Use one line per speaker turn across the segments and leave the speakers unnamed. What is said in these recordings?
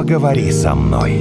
поговори со мной.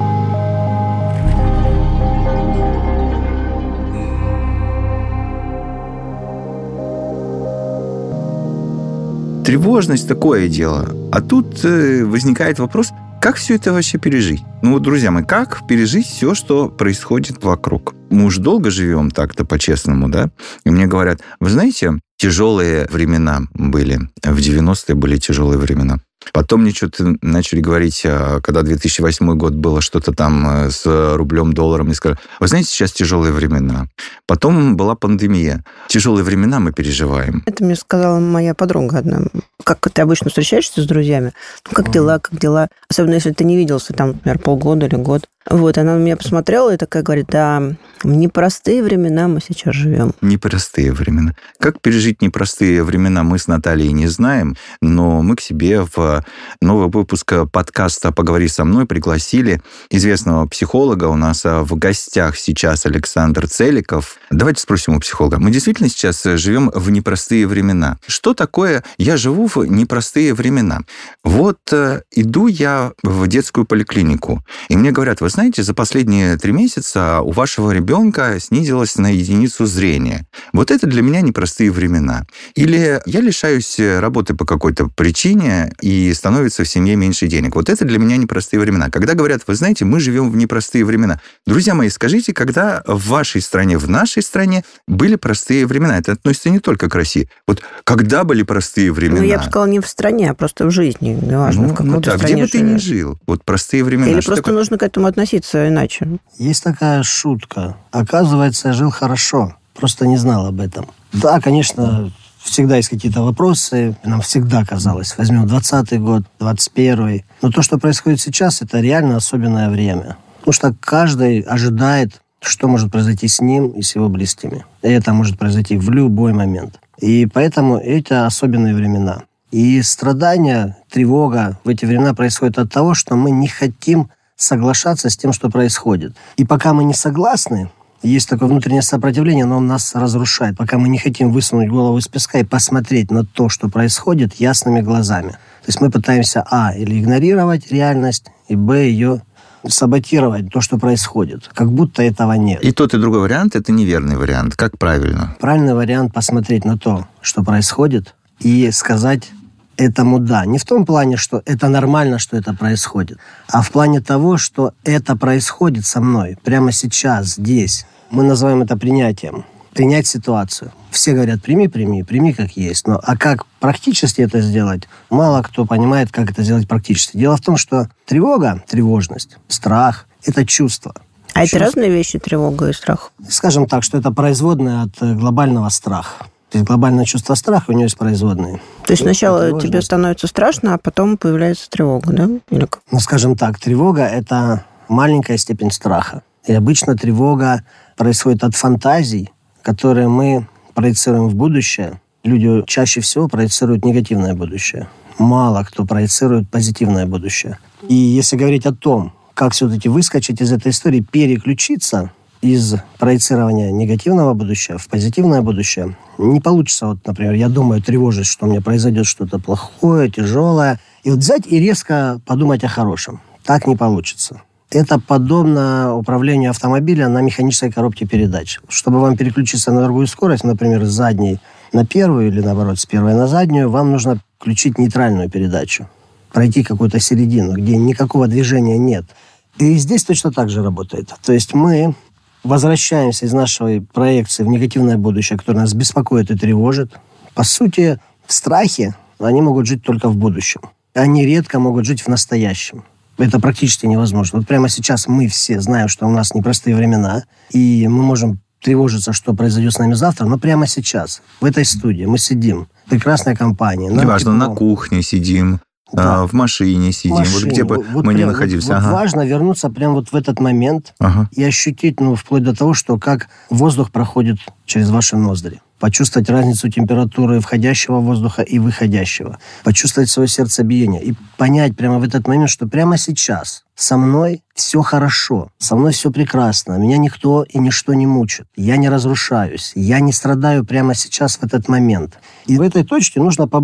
Тревожность — такое дело. А тут возникает вопрос, как все это вообще пережить? Ну вот, друзья мои, как пережить все, что происходит вокруг? Мы уж долго живем так-то по-честному, да? И мне говорят, вы знаете, тяжелые времена были. В 90-е были тяжелые времена. Потом мне что-то начали говорить, когда 2008 год было что-то там с рублем, долларом, и сказали, вы знаете, сейчас тяжелые времена. Потом была пандемия. Тяжелые времена мы переживаем.
Это мне сказала моя подруга одна. Как ты обычно встречаешься с друзьями? Ну, как дела? Особенно, если ты не виделся там, например, полгода или год. Вот, она на меня посмотрела и такая говорит, да, в непростые времена мы сейчас живем.
Непростые времена. Как пережить непростые времена, мы с Натальей не знаем, но мы к себе в новый выпуск подкаста «Поговори со мной» пригласили известного психолога. У нас в гостях сейчас Александр Целиков. Давайте спросим у психолога. Мы действительно сейчас живем в непростые времена. Что такое «я живу в непростые времена»? Вот иду я в детскую поликлинику, и мне говорят, вы знаете, за последние 3 месяца у вашего ребенка снизилось на единицу зрения. Вот это для меня непростые времена. Или я лишаюсь работы по какой-то причине, и становится в семье меньше денег. Вот это для меня непростые времена. Когда говорят, вы знаете, мы живем в непростые времена. Друзья мои, скажите, когда в вашей стране, в нашей стране были простые времена? Это относится не только к России. Вот когда были простые времена?
Ну, я бы сказала, не в стране, а просто в жизни. Неважно, в какой ты стране
где бы ты ни жил. Вот простые времена.
Или просто нужно к этому относиться иначе.
Есть такая шутка. Оказывается, я жил хорошо. Просто не знал об этом. Да, конечно, всегда есть какие-то вопросы. Нам всегда казалось. Возьмем 20-й год, 21-й. Но то, что происходит сейчас, это реально особенное время. Потому что каждый ожидает, что может произойти с ним и с его близкими. И это может произойти в любой момент. И поэтому это особенные времена. И страдания, тревога в эти времена происходят от того, что мы не хотим соглашаться с тем, что происходит. И пока мы не согласны, есть такое внутреннее сопротивление, но оно нас разрушает. Пока мы не хотим высунуть голову из песка и посмотреть на то, что происходит, ясными глазами. То есть мы пытаемся, или игнорировать реальность, и, ее саботировать, то, что происходит. Как будто этого нет.
И тот, и другой вариант – это неверный вариант. Как правильно?
Правильный вариант – посмотреть на то, что происходит, и сказать этому «да». Не в том плане, что это нормально, что это происходит, а в плане того, что это происходит со мной прямо сейчас, здесь. Мы называем это принятием. Принять ситуацию. Все говорят, прими как есть. Но как практически это сделать, мало кто понимает, как это сделать практически. Дело в том, что тревога, тревожность, страх – это чувство.
А это разные вещи, тревога и страх?
Скажем так, что это производная от глобального страха. То есть глобальное чувство страха, у него есть производные.
То есть сначала тебе становится страшно, а потом появляется тревога, да? Или как?
Ну, скажем так, тревога – это маленькая степень страха. И обычно тревога происходит от фантазий, которые мы проецируем в будущее. Люди чаще всего проецируют негативное будущее. Мало кто проецирует позитивное будущее. И если говорить о том, как все-таки выскочить из этой истории, переключиться из проецирования негативного будущего в позитивное будущее, не получится. Вот, например, я думаю, тревожусь, что у меня произойдет что-то плохое, тяжелое. И вот взять и резко подумать о хорошем. Так не получится. Это подобно управлению автомобиля на механической коробке передач. Чтобы вам переключиться на другую скорость, например, с задней на первую или, наоборот, с первой на заднюю, вам нужно включить нейтральную передачу. Пройти какую-то середину, где никакого движения нет. И здесь точно так же работает. То есть мы возвращаемся из нашей проекции в негативное будущее, которое нас беспокоит и тревожит. По сути, в страхе они могут жить только в будущем. Они редко могут жить в настоящем. Это практически невозможно. Вот прямо сейчас мы все знаем, что у нас непростые времена, и мы можем тревожиться, что произойдет с нами завтра, но прямо сейчас, в этой студии, мы сидим, прекрасная компания.
Неважно, на кухне сидим, в машине сидим, вот где бы мы ни находились.
Вот важно вернуться прямо вот в этот момент и ощутить, вплоть до того, что как воздух проходит через ваши ноздри. Почувствовать разницу температуры входящего воздуха и выходящего. Почувствовать свое сердцебиение. И понять прямо в этот момент, что прямо сейчас со мной все хорошо, со мной все прекрасно, меня никто и ничто не мучит. Я не разрушаюсь, я не страдаю прямо сейчас в этот момент. И в этой точке нужно побыть.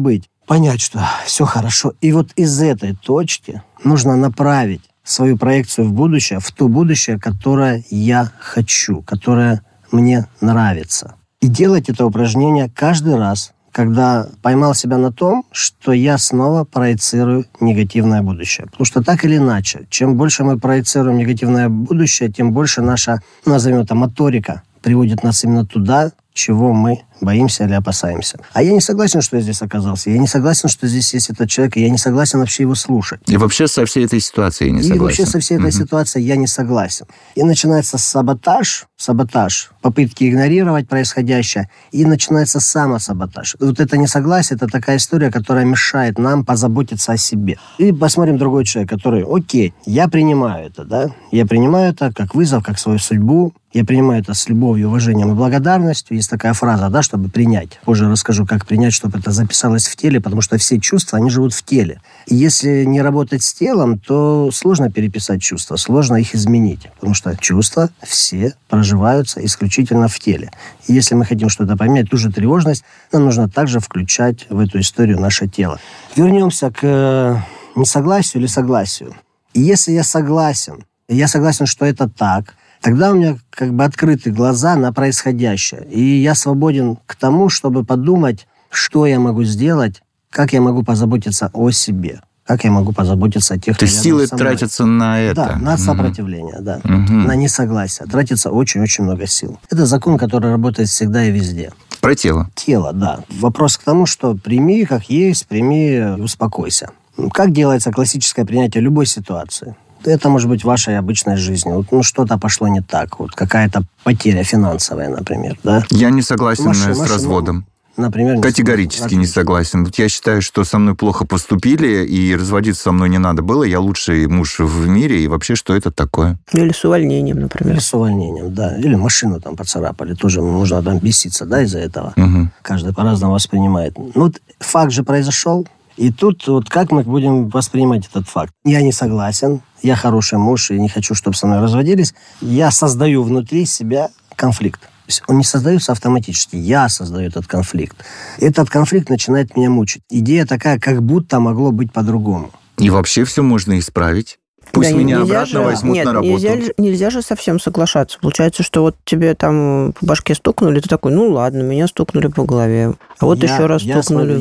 понять, что все хорошо. И вот из этой точки нужно направить свою проекцию в будущее, в то будущее, которое я хочу, которое мне нравится. И делать это упражнение каждый раз, когда поймал себя на том, что я снова проецирую негативное будущее. Потому что так или иначе, чем больше мы проецируем негативное будущее, тем больше наша, назовем это, моторика приводит нас именно туда, чего мы боимся или опасаемся. А я не согласен, что я здесь оказался. Я не согласен, что здесь есть этот человек, и я не согласен вообще его слушать.
И вообще со всей этой ситуацией я не согласен.
И вообще со всей этой ситуацией я не согласен. И начинается саботаж, попытки игнорировать происходящее, и начинается самосаботаж. Вот это несогласие, это такая история, которая мешает нам позаботиться о себе. И посмотрим другой человек, который, окей, я принимаю это, да? Я принимаю это как вызов, как свою судьбу. Я принимаю это с любовью, уважением и благодарностью. Есть такая фраза, да, чтобы принять. Позже расскажу, как принять, чтобы это записалось в теле, потому что все чувства, они живут в теле. И если не работать с телом, то сложно переписать чувства, сложно их изменить, потому что чувства все проживаются исключительно в теле. И если мы хотим что-то поменять, ту же тревожность, нам нужно также включать в эту историю наше тело. Вернемся к несогласию или согласию. И если я согласен, что это так, тогда у меня как бы открыты глаза на происходящее. И я свободен к тому, чтобы подумать, что я могу сделать, как я могу позаботиться о себе, как я могу позаботиться о тех, кто рядом со мной.
То есть силы тратятся на это?
Да, на сопротивление, да. На несогласие. Тратится очень-очень много сил. Это закон, который работает всегда и везде.
Про тело?
Тело, да. Вопрос к тому, что прими как есть, прими и успокойся. Как делается классическое принятие любой ситуации? Это может быть вашей обычной жизнью. Что-то пошло не так. Какая-то потеря финансовая, например. Да?
Я не согласен с разводом.
Например,
категорически не согласен. Я считаю, что со мной плохо поступили, и разводиться со мной не надо было. Я лучший муж в мире, и вообще, что это такое?
Или с увольнением, например.
Или с увольнением, да. Или машину там поцарапали. Тоже можно там беситься, да, из-за этого. Каждый по-разному воспринимает. Факт же произошел. И тут как мы будем воспринимать этот факт? Я не согласен, я хороший муж и не хочу, чтобы со мной разводились. Я создаю внутри себя конфликт. То есть он не создается автоматически, я создаю этот конфликт. Этот конфликт начинает меня мучить. Идея такая, как будто могло быть по-другому.
И вообще все можно исправить. Пусть меня обратно возьмут на работу.
Нельзя же совсем соглашаться. Получается, что тебе там по башке стукнули, ты такой, ладно, меня стукнули по голове. А еще раз стукнули.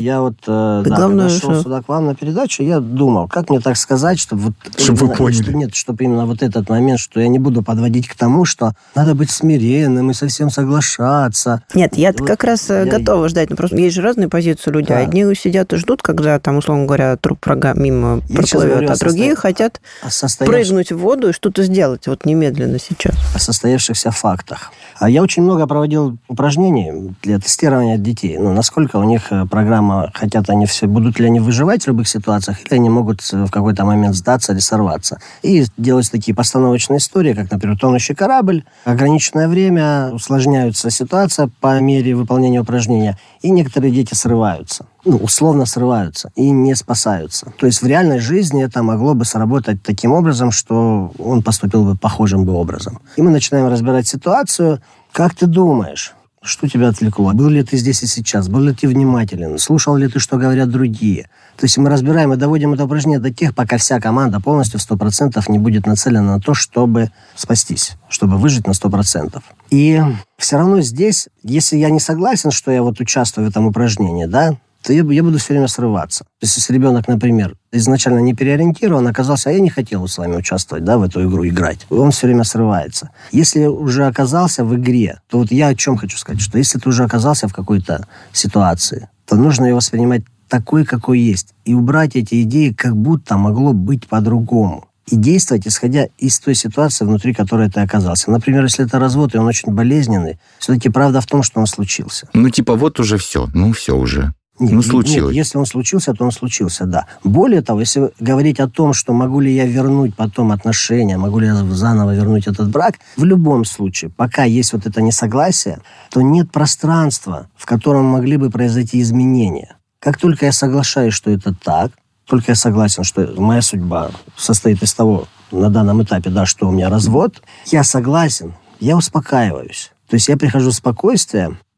Когда шел сюда к вам на передачу, я думал, как мне так сказать, чтобы
вы поняли.
Чтобы именно этот момент, что я не буду подводить к тому, что надо быть смиренным и совсем соглашаться.
Нет, я как раз готова ждать. Просто есть же разные позиции людей. Да. Одни сидят и ждут, когда там, условно говоря, труп врага мимо проплывет, а другие хотят прыгнуть в воду и что-то сделать немедленно сейчас.
О состоявшихся фактах. Я очень много проводил упражнений для тестирования детей. Насколько у них программа, хотят они все, будут ли они выживать в любых ситуациях, или они могут в какой-то момент сдаться или сорваться. И делать такие постановочные истории, как, например, тонущий корабль, ограниченное время, усложняются ситуация по мере выполнения упражнения, и некоторые дети срываются. Условно срываются и не спасаются. То есть в реальной жизни это могло бы сработать таким образом, что он поступил бы похожим бы образом. И мы начинаем разбирать ситуацию. Как ты думаешь, что тебя отвлекло? Был ли ты здесь и сейчас? Был ли ты внимателен? Слушал ли ты, что говорят другие? То есть мы разбираем и доводим это упражнение до тех, пока вся команда полностью в 100% не будет нацелена на то, чтобы спастись, чтобы выжить на 100%. И все равно здесь, если я не согласен, что я участвую в этом упражнении, да, то я буду все время срываться. То есть, если ребенок, например, изначально не переориентирован, оказался, а я не хотел с вами участвовать, да, в эту игру играть, он все время срывается. Если уже оказался в игре, то я о чем хочу сказать, что если ты уже оказался в какой-то ситуации, то нужно ее воспринимать такой, какой есть, и убрать эти идеи, как будто могло быть по-другому. И действовать, исходя из той ситуации, внутри которой ты оказался. Например, если это развод, и он очень болезненный, все-таки правда в том, что он случился.
Уже все. Все уже.
Нет,
Случилось.
если он случился, то он случился, да. Более того, если говорить о том, что могу ли я вернуть потом отношения, могу ли я заново вернуть этот брак, в любом случае, пока есть это несогласие, то нет пространства, в котором могли бы произойти изменения. Как только я соглашаюсь, что это так, только я согласен, что моя судьба состоит из того, на данном этапе, да, что у меня развод, я согласен, я успокаиваюсь. То есть я прихожу в спокойствие,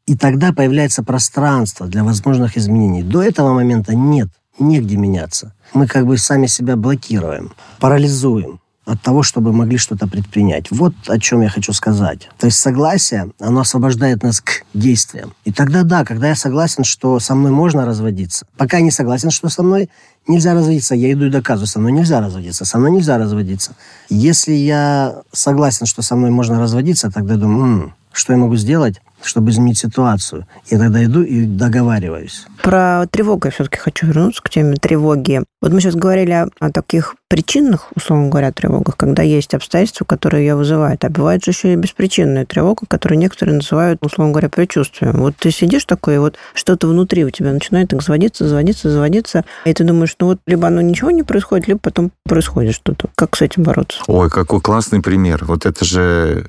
И тогда появляется пространство для возможных изменений. До этого момента нет, негде меняться. Мы как бы сами себя блокируем, парализуем от того, чтобы могли что-то предпринять. Вот о чем я хочу сказать. То есть согласие, оно освобождает нас к действиям. И тогда да, когда я согласен, что со мной можно разводиться. Пока я не согласен, что со мной нельзя разводиться, я иду и доказываю, со мной нельзя разводиться, со мной нельзя разводиться. Если я согласен, что со мной можно разводиться, тогда я думаю, что я могу сделать, чтобы изменить ситуацию. Я тогда иду и договариваюсь.
Про тревогу я все-таки хочу вернуться к теме тревоги. Вот мы сейчас говорили о таких причинных, условно говоря, тревогах, когда есть обстоятельства, которые ее вызывают. А бывает же еще и беспричинная тревога, которую некоторые называют, условно говоря, предчувствием. Вот ты сидишь такой, и вот что-то внутри у тебя начинает так заводиться, и ты думаешь, ну вот либо оно ничего не происходит, либо потом происходит что-то. Как с этим бороться?
Ой, какой классный пример. Вот это же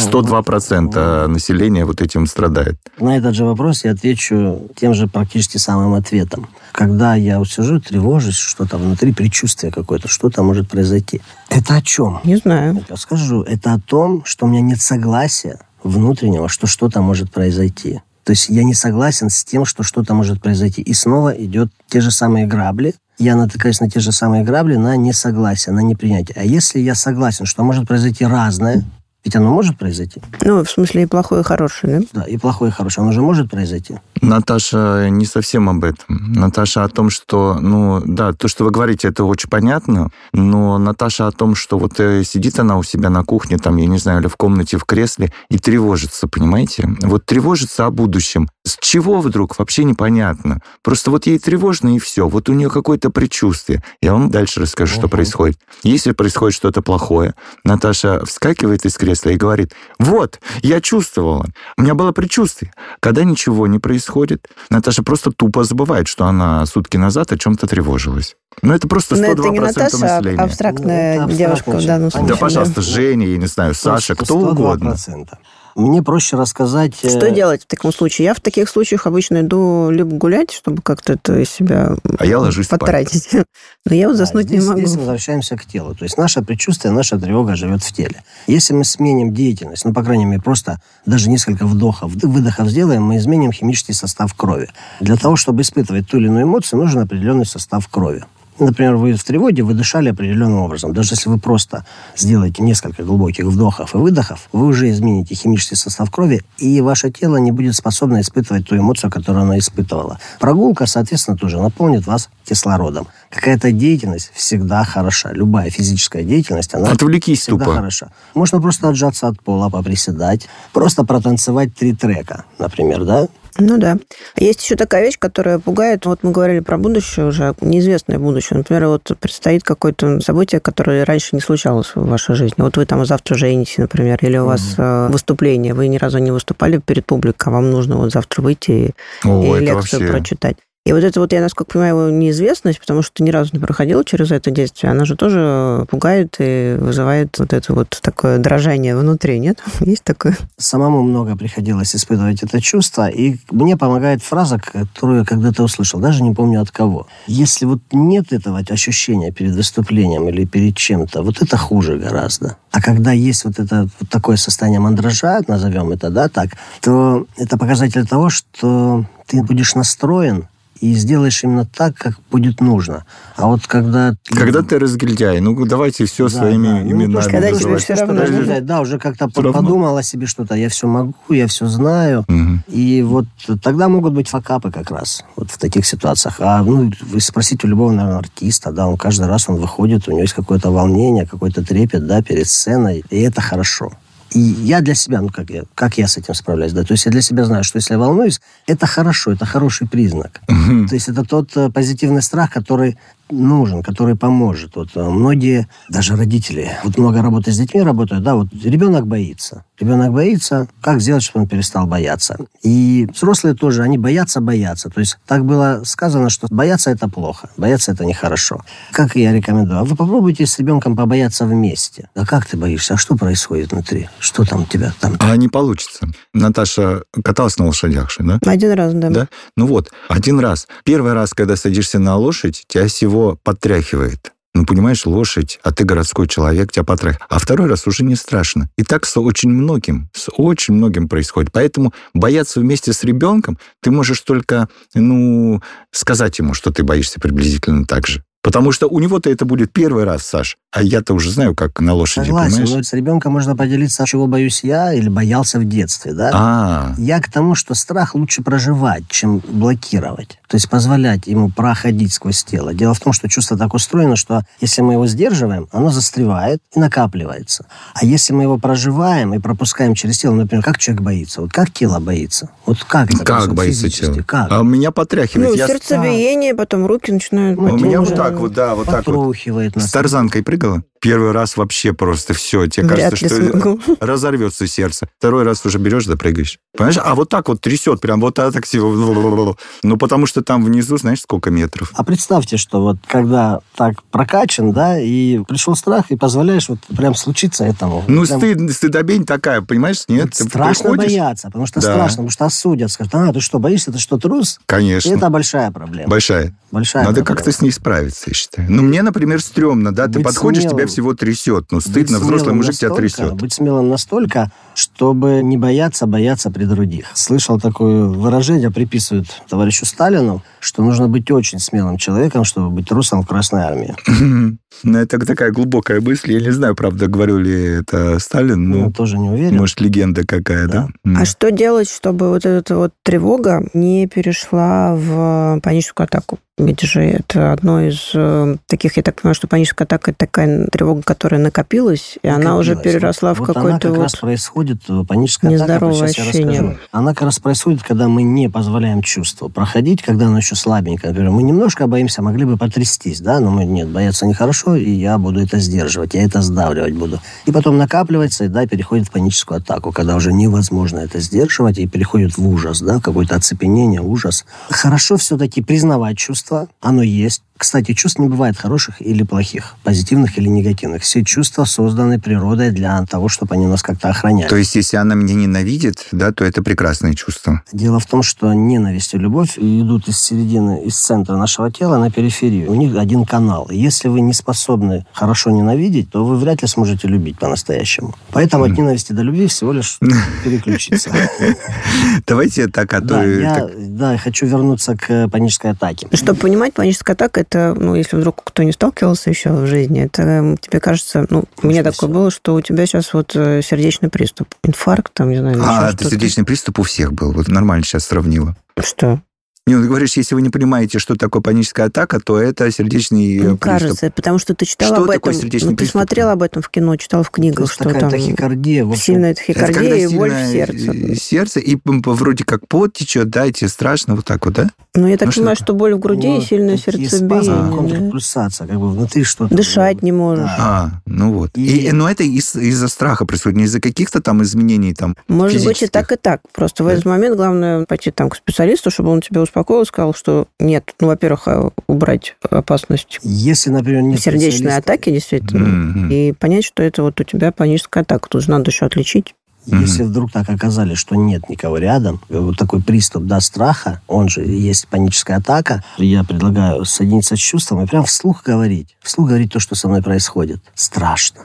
102% населения вот этим страдает.
На этот же вопрос я отвечу тем же практически самым ответом. Когда я вот сижу, тревожусь, что-то внутри, предчувствие какое-то, что-то может произойти. Это о чем?
Не знаю.
Я скажу. Это о том, что у меня нет согласия внутреннего, что что-то может произойти. То есть я не согласен с тем, что что-то может произойти. И снова идет те же самые грабли. Я натыкаюсь на те же самые грабли, на несогласие, на непринятие. А если я согласен, что может произойти разное, ведь оно может произойти.
Ну, в смысле, и плохое, и хорошее, да?
Да, и плохое, и хорошее. Оно же может произойти.
Наташа не совсем об этом. Наташа о том, что, то, что вы говорите, это очень понятно, но Наташа о том, что вот сидит она у себя на кухне, там, я не знаю, или в комнате, в кресле, и тревожится, понимаете? Вот тревожится о будущем. С чего вдруг? Вообще непонятно. Просто вот ей тревожно, и все. Вот у нее какое-то предчувствие. Я вам дальше расскажу, что происходит. Если происходит что-то плохое, Наташа вскакивает из кресла и говорит, вот, я чувствовала, у меня было предчувствие. Когда ничего не происходит, Наташа просто тупо забывает, что она сутки назад о чем-то тревожилась. Ну, это просто 102%
это не Наташа,
населения.
А абстрактная девушка в данном случае.
Да, пожалуйста, Женя, я не знаю, Саша, кто угодно.
Мне проще рассказать...
Что делать в таком случае? Я в таких случаях обычно иду либо гулять, чтобы как-то это из себя
я ложусь
потратить.
спать.
Но я вот заснуть не могу.
Здесь мы возвращаемся к телу. То есть наше предчувствие, наша тревога живет в теле. Если мы сменим деятельность, по крайней мере, просто даже несколько вдохов, выдохов сделаем, мы изменим химический состав крови. Для того, чтобы испытывать ту или иную эмоцию, нужен определенный состав крови. Например, вы в тревоге, вы дышали определенным образом. Даже если вы просто сделаете несколько глубоких вдохов и выдохов, вы уже измените химический состав крови, и ваше тело не будет способно испытывать ту эмоцию, которую оно испытывало. Прогулка, соответственно, тоже наполнит вас кислородом. Какая-то деятельность всегда хороша. Любая физическая деятельность, она
Отвлекись
всегда
тупо.
хороша. Можно просто отжаться от пола, поприседать, просто протанцевать 3 трека, например, да?
Ну да. Есть еще такая вещь, которая пугает. Вот мы говорили про будущее уже, неизвестное будущее. Например, вот предстоит какое-то событие, которое раньше не случалось в вашей жизни. Вот вы там завтра женитесь, например, или у вас выступление, вы ни разу не выступали перед публикой, а вам нужно вот завтра выйти и лекцию
вообще...
прочитать. И вот это вот, я, насколько понимаю, неизвестность, потому что ты ни разу не проходила через это действие, она же тоже пугает и вызывает вот это вот такое дрожание внутри, нет? Есть такое?
Самому много приходилось испытывать это чувство, и мне помогает фраза, которую я когда-то услышал, даже не помню от кого. Если вот нет этого ощущения перед выступлением или перед чем-то, вот это хуже гораздо. А когда есть вот это вот такое состояние мандража, назовем это, да, так, то это показатель того, что ты будешь настроен и сделаешь именно так, как будет нужно. А вот когда...
Когда ты разгильдяй, давайте все своими именами
когда
называть.
тебе все равно.
Да, уже как-то подумал о себе что-то. Я все могу, я все знаю. И вот тогда могут быть факапы как раз вот в таких ситуациях. А вы спросите у любого, наверное, артиста, да, он каждый раз он выходит, у него есть какое-то волнение, какой-то трепет, да, перед сценой, и это хорошо. И я для себя, как я с этим справляюсь, да, то есть я для себя знаю, что если я волнуюсь, это хорошо, это хороший признак. То есть это тот позитивный страх, который нужен, который поможет. Вот многие, даже родители, вот много работы с детьми работают, да, вот ребенок боится. Ребенок боится, как сделать, чтобы он перестал бояться. И взрослые тоже, они боятся. То есть так было сказано, что бояться это плохо, бояться это нехорошо. Как я рекомендую, вы попробуйте с ребенком побояться вместе. А как ты боишься? А что происходит внутри? Что там у тебя?
А не получится. Наташа каталась на лошадях же, да?
Один раз, да.
Да? Ну вот, один раз. Первый раз, когда садишься на лошадь, тебя всего подтряхивает. Ну, понимаешь, лошадь, а ты городской человек, тебя потрахали. А второй раз уже не страшно. И так с очень многим происходит. Поэтому бояться вместе с ребенком ты можешь только, сказать ему, что ты боишься приблизительно так же. Потому что у него-то это будет первый раз, Саш. А я-то уже знаю, как на лошади,
Согласен,
понимаешь?
но с ребенком можно поделиться, чего боюсь я или боялся в детстве, да? Я к тому, что страх лучше проживать, чем блокировать. То есть позволять ему проходить сквозь тело. Дело в том, что чувство так устроено, что если мы его сдерживаем, оно застревает и накапливается. А если мы его проживаем и пропускаем через тело, например, как человек боится? Вот как тело боится? Вот как это?
Как боится тело?
Как?
А меня потряхивает.
Сердцебиение, потом руки начинают...
У меня вот так вот, да, вот так вот.
Потрухивает нас.
С тарзанкой прыгала? Первый раз вообще просто все. Тебе кажется, что разорвется сердце. Второй раз уже берешь, да прыгаешь. Понимаешь? А вот так вот трясет, прям вот так всего. Ну, потому что там внизу, знаешь, сколько метров.
А представьте, что вот когда так прокачан, да, и пришел страх, и позволяешь вот прям случиться этому.
Ну,
прям...
стыдобень такая, понимаешь? Нет, ты
страшно
приходишь...
бояться, потому что страшно, потому что осудят, скажут, ты что, боишься, ты что, трус?
Конечно.
И это большая проблема.
Большая. Надо как-то с ней справиться, я считаю. Ну, мне, например, стрёмно, да, ты подходишь, тебя всего трясет. Ну, стыдно, взрослый мужик тебя трясет.
Быть смелым настолько, чтобы не бояться при других. Слышал такое выражение, приписывают товарищу Сталину, что нужно быть очень смелым человеком, чтобы быть трусом в Красной армии.
Ну, это такая глубокая мысль. Я не знаю, правда, говорил ли это Сталин.
Я тоже не уверен.
Может, легенда какая, да?
А что делать, чтобы вот эта вот тревога не перешла в паническую атаку? Ведь же это одно из таких, я так понимаю, что паническая атака – это такая тревога, которая накопилась, и она уже переросла в какое-то
она как раз происходит, паническая атака,
нездоровое ощущение.
Она как раз происходит, когда мы не позволяем чувству проходить, когда оно еще слабенькое. Например, мы немножко боимся, могли бы потрястись, да, но мы, нет, бояться нехорошо, и я буду это сдерживать, я это сдавливать буду. И потом накапливается, и, да, переходит в паническую атаку, когда уже невозможно это сдерживать, и переходит в ужас, да, какое-то оцепенение, ужас. Хорошо все-таки признавать чувства, оно есть. Кстати, чувств не бывает хороших или плохих, позитивных или негативных. Все чувства созданы природой для того, чтобы они нас как-то охраняли.
То есть, если она меня ненавидит, да, то это прекрасное чувство.
Дело в том, что ненависть и любовь идут из середины, из центра нашего тела на периферию. У них один канал. И если вы не способны хорошо ненавидеть, то вы вряд ли сможете любить по-настоящему. Поэтому от ненависти до любви всего лишь переключиться.
Давайте так, а то...
Да, я хочу вернуться к панической атаке.
Чтобы понимать, паническая атака – это, если вдруг кто не сталкивался еще в жизни, это тебе кажется, у меня такое было, что у тебя сейчас вот сердечный приступ, инфаркт, там, не знаю.
Это сердечный приступ у всех был, вот нормально сейчас сравнила.
Что?
Ты говоришь, если вы не понимаете, что такое паническая атака, то это сердечный приступ.
Кажется, потому что ты читал об этом. Ты смотрел об этом в кино, читал в книгах, что там
тахикардия.
Сильная тахикардия и боль в сердце.
Сердце, и вроде как пот течет, да, и тебе страшно, вот так вот, да?
Ну, я так понимаю, что боль в груди и сильное сердцебиение.
Контрпульсация, как бы внутри что-то.
Дышать не можешь.
Ну вот. Но это из-за страха происходит, не из-за каких-то там изменений там
может быть, и так, и так. Просто в этот момент главное пойти там к специалисту, чтобы он тебя успокоил, сказал, что нет, во-первых, убрать опасность
если, например, нет
сердечной атаки, действительно, и понять, что это вот у тебя паническая атака. Тут же надо еще отличить.
Если вдруг так оказалось, что нет никого рядом, вот такой приступ, да, страха, он же есть паническая атака, я предлагаю соединиться с чувством и прям вслух говорить то, что со мной происходит. Страшно.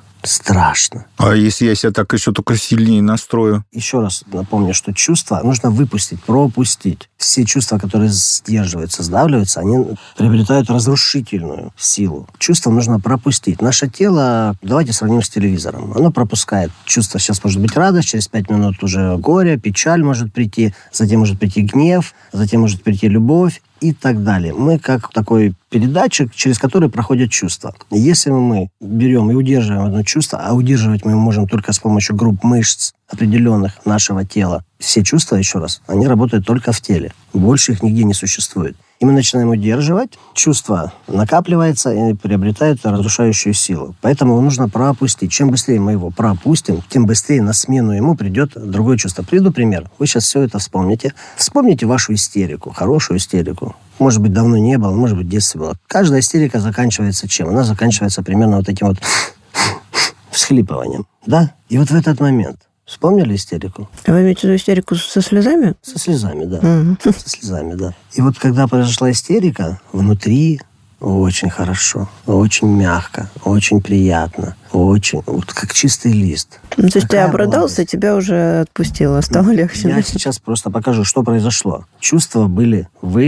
А если я себя так еще только сильнее настрою?
Еще раз напомню, что чувства нужно выпустить, пропустить. Все чувства, которые сдерживаются, сдавливаются, они приобретают разрушительную силу. Чувства нужно пропустить. Наше тело, давайте сравним с телевизором. Оно пропускает чувства. Сейчас может быть радость, через 5 минут уже горе, печаль может прийти, затем может прийти гнев, затем может прийти любовь и так далее. Мы как такой передатчик, через который проходят чувства. Если мы берем и удерживаем одно чувство, а удерживать мы можем только с помощью групп мышц определенных нашего тела, все чувства, еще раз, они работают только в теле. Больше их нигде не существует. И мы начинаем удерживать, чувство накапливается и приобретает разрушающую силу. Поэтому его нужно пропустить. Чем быстрее мы его пропустим, тем быстрее на смену ему придет другое чувство. Приведу пример. Вы сейчас все это вспомните. Вспомните вашу истерику, хорошую истерику. Может быть, давно не было, может быть, в детстве было. Каждая истерика заканчивается чем? Она заканчивается примерно вот этим вот всхлипыванием. Да? И вот в этот момент вспомнили истерику?
Вы имеете в виду истерику со слезами?
Со слезами, да. Со слезами, да. И вот когда произошла истерика, внутри очень хорошо, очень мягко, очень приятно, очень, вот как чистый лист.
Ну, то есть ты обрадовался, тебя уже отпустило, стало легче.
Я сейчас просто покажу, что произошло. Чувства были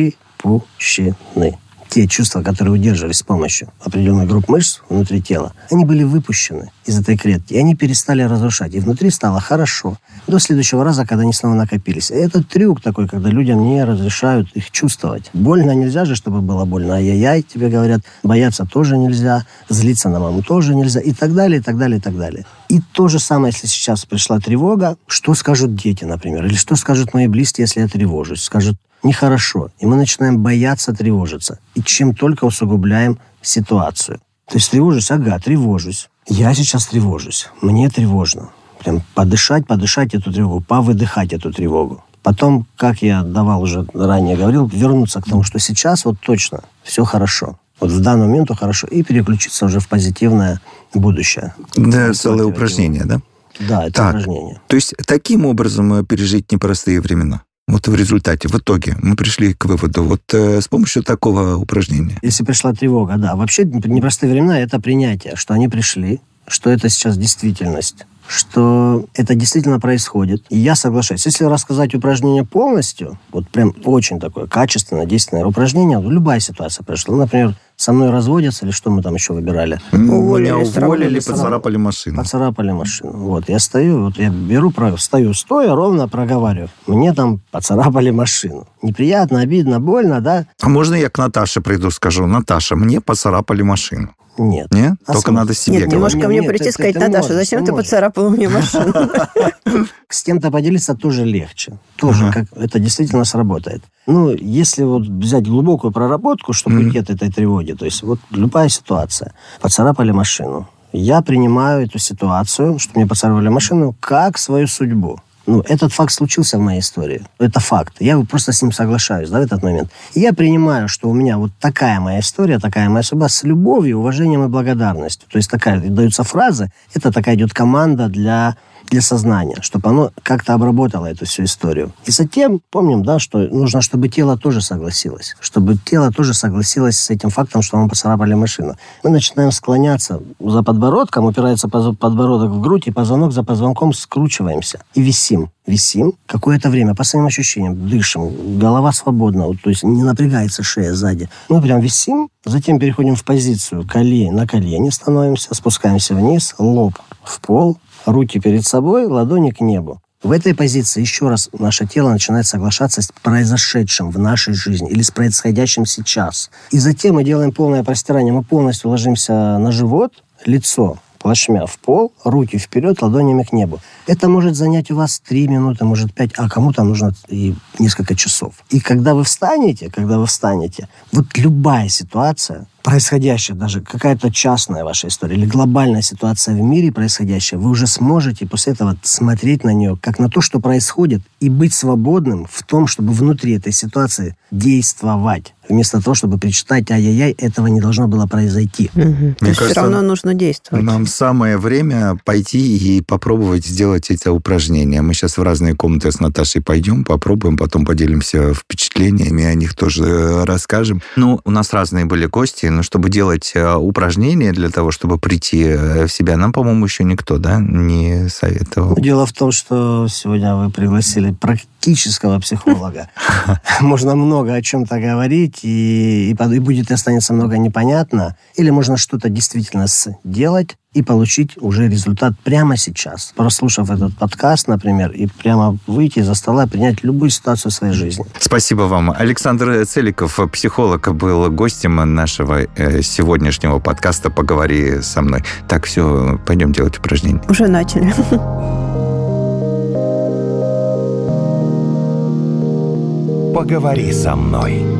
выпущены. Те чувства, которые удерживались с помощью определенных групп мышц внутри тела, они были выпущены из этой клетки, и они перестали разрушать. И внутри стало хорошо. До следующего раза, когда они снова накопились. И это трюк такой, когда людям не разрешают их чувствовать. Больно нельзя же, чтобы было больно. Ай-яй-яй, тебе говорят. Бояться тоже нельзя. Злиться на маму тоже нельзя. И так далее, и так далее, и так далее. И то же самое, если сейчас пришла тревога, что скажут дети, например, или что скажут мои близкие, если я тревожусь. Скажут, нехорошо. И мы начинаем бояться тревожиться. И чем только усугубляем ситуацию. То есть тревожусь, тревожусь. Я сейчас тревожусь. Мне тревожно. Прям подышать эту тревогу, повыдыхать эту тревогу. Потом, как я давал уже ранее говорил, вернуться к тому, что сейчас вот точно все хорошо. Вот в данный момент хорошо. И переключиться уже в позитивное будущее.
Да, целое упражнение, да?
Да, это упражнение.
То есть таким образом пережить непростые времена. Вот в результате, в итоге мы пришли к выводу вот с помощью такого упражнения.
Если пришла тревога, да. Вообще непростые времена – это принятие, что они пришли, что это сейчас действительность, что это действительно происходит. И я соглашаюсь. Если рассказать упражнение полностью, вот прям очень такое качественное, действенное упражнение, любая ситуация прошла. Например, со мной разводятся, или что мы там еще выбирали?
Меня уволили, поцарапали машину.
Поцарапали машину. Вот, я стою, вот я беру, стою стоя, ровно проговариваю. Мне там поцарапали машину. Неприятно, обидно, больно, да?
А можно я к Наташе приду, скажу, Наташа, мне поцарапали машину?
Нет.
Нет? Только надо себе
говорить. Нет, можешь ко мне прийти и сказать, Наташа, зачем ты поцарапала мне машину?
С кем-то поделиться тоже легче. Тоже, как это действительно сработает. Ну, если вот взять глубокую проработку, чтобы уйти от этой тревоги, то есть вот любая ситуация. Поцарапали машину. Я принимаю эту ситуацию, что мне поцарапали машину, как свою судьбу. Ну, этот факт случился в моей истории. Это факт. Я просто с ним соглашаюсь, да, в этот момент. И я принимаю, что у меня вот такая моя история, такая моя судьба с любовью, уважением и благодарностью. То есть такая даются фразы, это такая идет команда для сознания, чтобы оно как-то обработало эту всю историю. И затем помним, да, что нужно, чтобы тело тоже согласилось. Чтобы тело тоже согласилось с этим фактом, что вам поцарапали машину. Мы начинаем склоняться за подбородком, упирается подбородок в грудь, и позвонок за позвонком скручиваемся. И висим. Висим какое-то время, по своим ощущениям, дышим, голова свободна, то есть не напрягается шея сзади. Мы прям висим, затем переходим в позицию на колени становимся, спускаемся вниз, лоб в пол, руки перед собой, ладони к небу. В этой позиции еще раз наше тело начинает соглашаться с произошедшим в нашей жизни или с происходящим сейчас. И затем мы делаем полное простирание, мы полностью ложимся на живот, лицо плашмя в пол, руки вперед, ладонями к небу. Это может занять у вас 3 минуты, может 5, а кому-то нужно и несколько часов. И когда вы встанете, вот любая ситуация, происходящая, даже какая-то частная ваша история или глобальная ситуация в мире происходящая, вы уже сможете после этого смотреть на нее как на то, что происходит, и быть свободным в том, чтобы внутри этой ситуации действовать. Вместо того, чтобы причитать, ай-яй-яй, этого не должно было произойти.
То есть все равно нужно действовать.
Нам самое время пойти и попробовать сделать эти упражнения. Мы сейчас в разные комнаты с Наташей пойдем, попробуем, потом поделимся впечатлениями, о них тоже расскажем. Ну, у нас разные были гости, но чтобы делать упражнения для того, чтобы прийти в себя, нам, по-моему, еще никто, да, не советовал.
Дело в том, что сегодня вы пригласили практического психолога. Можно много о чем-то говорить, и будет и останется много непонятно. Или можно что-то действительно сделать и получить уже результат прямо сейчас. Прослушав этот подкаст, например, и прямо выйти из-за стола и принять любую ситуацию в своей жизни.
Спасибо вам. Александр Целиков, психолог, был гостем нашего сегодняшнего подкаста «Поговори со мной». Так, все, пойдем делать упражнения.
Уже начали.
«Поговори со мной».